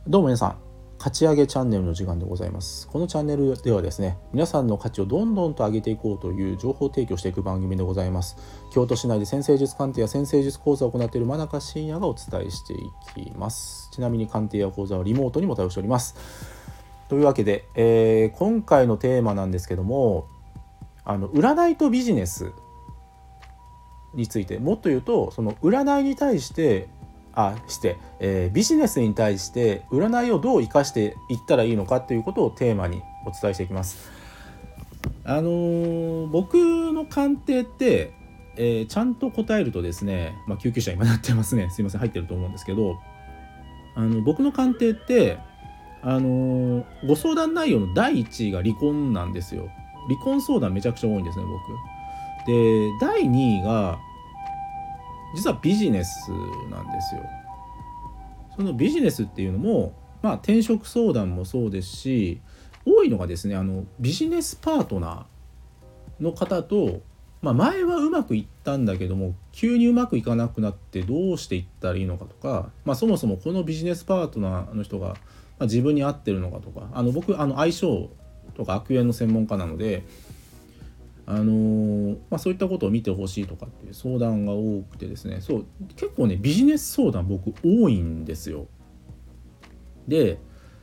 どうも皆さん、価値上げチャンネルの時間でございます。このチャンネルではですね、皆さんの価値をどんどんと上げていこうという情報提供していく番組でございます。京都市内で占星術鑑定や占星術講座を行っている真中信也がお伝えしていきます。ちなみに鑑定や講座はリモートにも対応しております。というわけで、今回のテーマなんですけども、占いとビジネスについて、もっと言うとその占いに対してビジネスに対して占いをどう生かしていったらいいのかということをテーマにお伝えしていきます。僕の鑑定って、ちゃんと答えるとですね、救急車今なってますね、すいません、入ってると思うんですけど、僕の鑑定ってご相談内容の第1位が離婚なんですよ。離婚相談めちゃくちゃ多いんですね、僕で。第2位が実はビジネスなんですよ。そのビジネスっていうのも、転職相談もそうですし、多いのがですね、ビジネスパートナーの方と、前はうまくいったんだけども急にうまくいかなくなってどうしていったらいいのかとか、そもそもこのビジネスパートナーの人が、自分に合ってるのかとか、僕相性とか悪縁の専門家なので、そういったことを見てほしいとかっていう相談が多くてですね、そう結構ねビジネス相談僕多いんですよ。で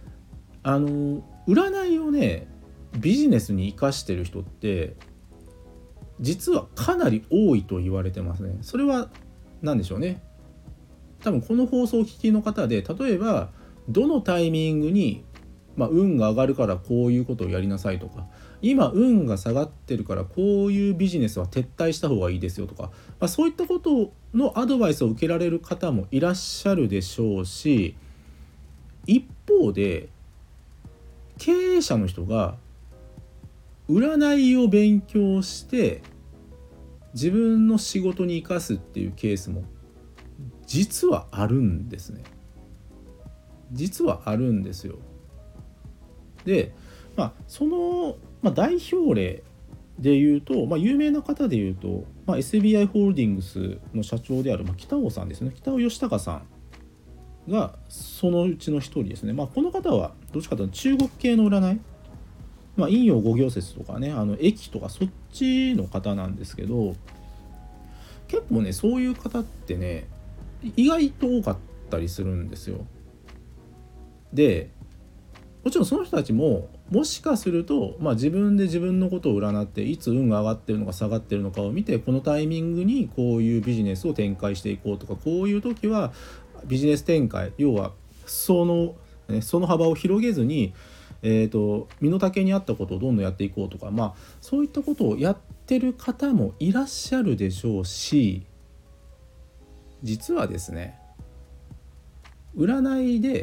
占いをねビジネスに生かしてる人って実はかなり多いと言われてますね。それは何でしょうね。多分この放送を聞きの方で、例えばどのタイミングに運が上がるからこういうことをやりなさいとか、今運が下がってるからこういうビジネスは撤退した方がいいですよとか、そういったことのアドバイスを受けられる方もいらっしゃるでしょうし、一方で経営者の人が占いを勉強して自分の仕事に生かすっていうケースも実はあるんですね。実はあるんですよ。で、その、代表例で言うと、有名な方で言うと、SBI ホールディングスの社長である、北尾さんですね。北尾義孝さんがそのうちの一人ですね。この方はどっちかというと中国系の占い、陰陽五行説とかね、駅とかそっちの方なんですけど、結構ねそういう方ってね意外と多かったりするんですよ。でもちろんその人たちももしかすると、自分で自分のことを占っていつ運が上がってるのか下がってるのかを見て、このタイミングにこういうビジネスを展開していこうとか、こういう時はビジネス展開、要はその幅を広げずに、身の丈に合ったことをどんどんやっていこうとか、そういったことをやってる方もいらっしゃるでしょうし、実はですね、占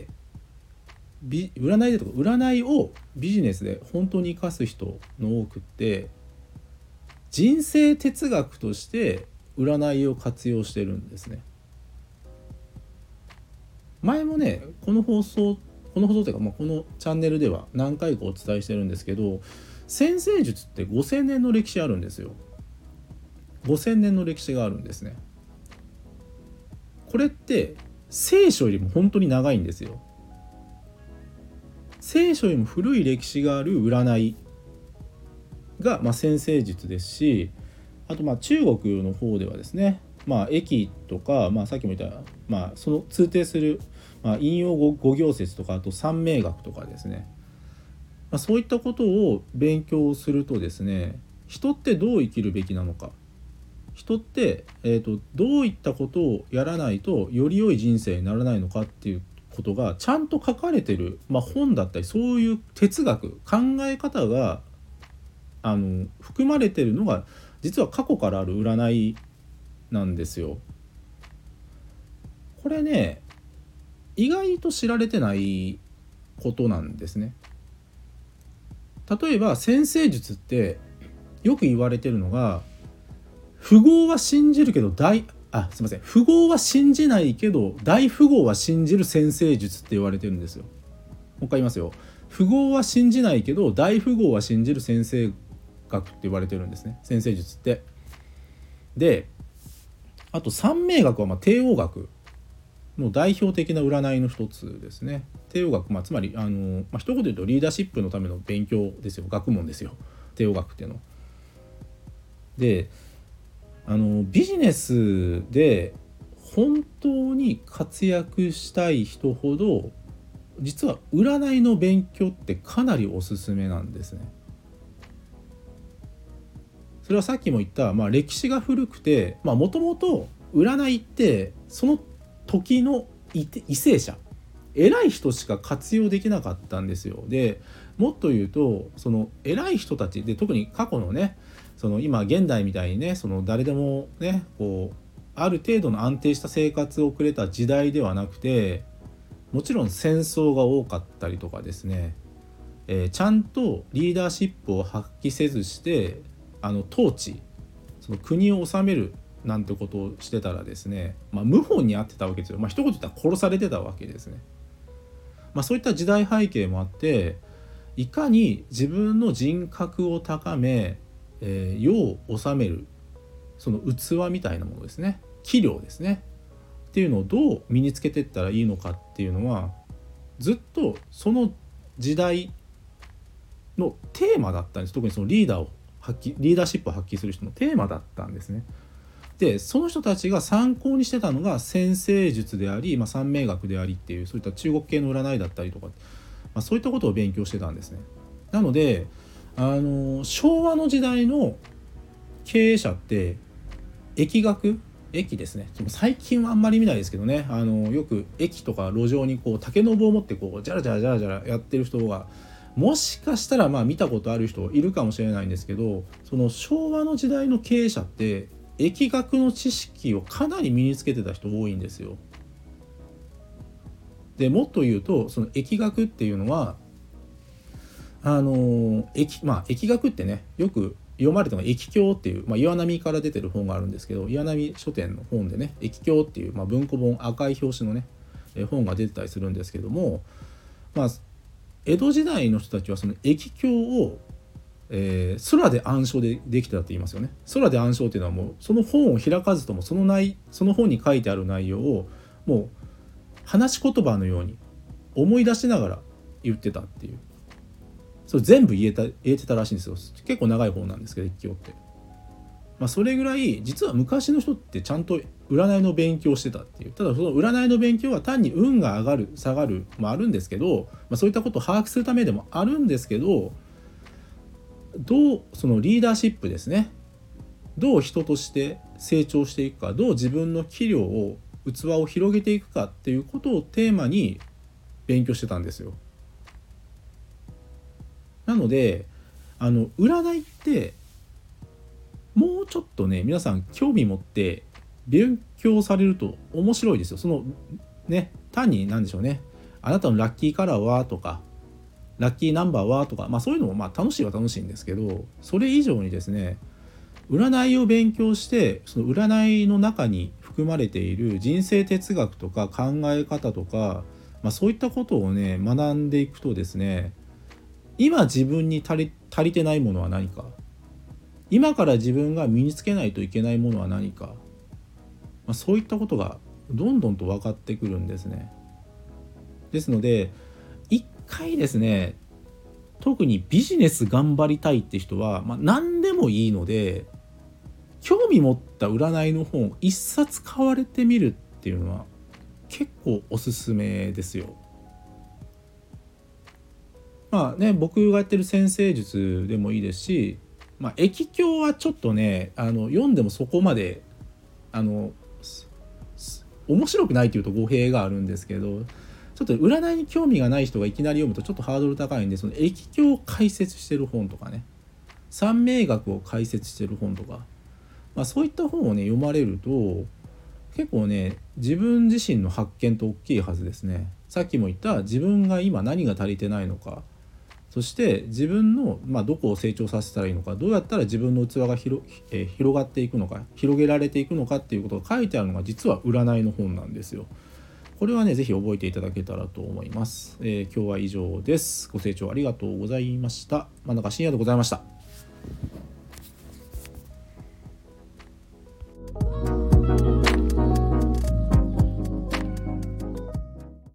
いをビジネスで本当に生かす人の多くって、人生哲学として占いを活用してるんですね。前もねこの放送というか、このチャンネルでは何回かお伝えしてるんですけど、占星術って5000年の歴史あるんですよ。5000年の歴史があるんですね。これって聖書よりも本当に長いんですよ。聖書よりも古い歴史がある占いが、占星術ですし、あと中国の方ではですね、駅とか、さっきも言った、その通底する、陰陽五行説とか、あと三名学とかですね、そういったことを勉強するとですね、人ってどう生きるべきなのか、人って、どういったことをやらないとより良い人生にならないのかっていうことがちゃんと書かれてる、本だったり、そういう哲学考え方が含まれてるのが実は過去からある占いなんですよ。これね意外と知られてないことなんですね。例えば占星術ってよく言われてるのが、富豪は信じるけど富豪は信じないけど大富豪は信じる占星術って言われてるんですよ。もう一回言いますよ。富豪は信じないけど大富豪は信じる占星学って言われてるんですね、占星術って。であと三名学は帝王学の代表的な占いの一つですね。帝王学、つまり一言で言うとリーダーシップのための勉強ですよ。学問ですよ、帝王学っていうの。でビジネスで本当に活躍したい人ほど実は占いの勉強ってかなりおすすめなんですね。それはさっきも言った、歴史が古くてもともと占いってその時の為政者偉い人しか活用できなかったんですよ。でもっと言うとその偉い人たちで特に過去のねその今現代みたいにねその誰でもねある程度の安定した生活を送れた時代ではなくてもちろん戦争が多かったりとかですね、ちゃんとリーダーシップを発揮せずして統治その国を治めるなんてことをしてたらですね、謀反に遭ってたわけですよ。一言言ったら殺されてたわけですね。そういった時代背景もあっていかに自分の人格を高め、世を治めるその器みたいなものですね、器量ですねっていうのをどう身につけていったらいいのかっていうのはずっとその時代のテーマだったんです。特にそのリーダーシップを発揮する人のテーマだったんですね。でその人たちが参考にしてたのが占星術であり、三名学でありっていうそういった中国系の占いだったりとか、そういったことを勉強してたんですね。なので昭和の時代の経営者って駅ですね。最近はあんまり見ないですけどねよく駅とか路上に竹の棒を持ってジャラジャラジャラジャラやってる人がもしかしたら見たことある人いるかもしれないんですけど、その昭和の時代の経営者って疫学の知識をかなり身につけてた人多いんですよ。でもっと言うとその疫学っていうのは疫学ってねよく読まれたのが疫経っていう、岩波から出てる本があるんですけど、岩波書店の本でね疫経っていう、文庫本赤い表紙のね本が出てたりするんですけども、江戸時代の人たちはその疫経を空で暗唱でできてたと言いますよね。空で暗唱っていうのはもうその本を開かずともその本に書いてある内容をもう話し言葉のように思い出しながら言ってたっていう、それ全部言えてたらしいんですよ。結構長い本なんですけど疫経って、それぐらい実は昔の人ってちゃんと占いの勉強をしてたっていう。ただその占いの勉強は単に運が上がる下がるもあるんですけど、そういったことを把握するためでもあるんですけど、どうそのリーダーシップですね、どう人として成長していくか、どう自分の器量を器を広げていくかっていうことをテーマに勉強してたんですよ。なので占いってもうちょっとね皆さん興味持って勉強されると面白いですよ。そのね単に何でしょうね、あなたのラッキーカラーはとかラッキーナンバーはとか、そういうのも楽しいは楽しいんですけど、それ以上にですね占いを勉強してその占いの中に含まれている人生哲学とか考え方とか、そういったことをね学んでいくとですね、今自分に足りてないものは何か、今から自分が身につけないといけないものは何か、そういったことがどんどんと分かってくるんですね。ですので一回ですね、特にビジネス頑張りたいって人は、何でもいいので興味持った占いの本を一冊買われてみるっていうのは結構おすすめですよ。僕がやってる占星術でもいいですし、疫経はちょっとね読んでもそこまで面白くないというと語弊があるんですけど、ちょっと占いに興味がない人がいきなり読むとちょっとハードル高いんで、その疫経を解説してる本とかね、三名学を解説してる本とか、そういった本をね読まれると結構ね自分自身の発見と大きいはずですね。さっきも言った自分が今何が足りてないのか、そして自分の、どこを成長させたらいいのか、どうやったら自分の器が広がっていくのか、広げられていくのかっていうことが書いてあるのが実は占いの本なんですよ。これはねぜひ覚えていただけたらと思います。今日は以上です。ご清聴ありがとうございました。真中信也でございました。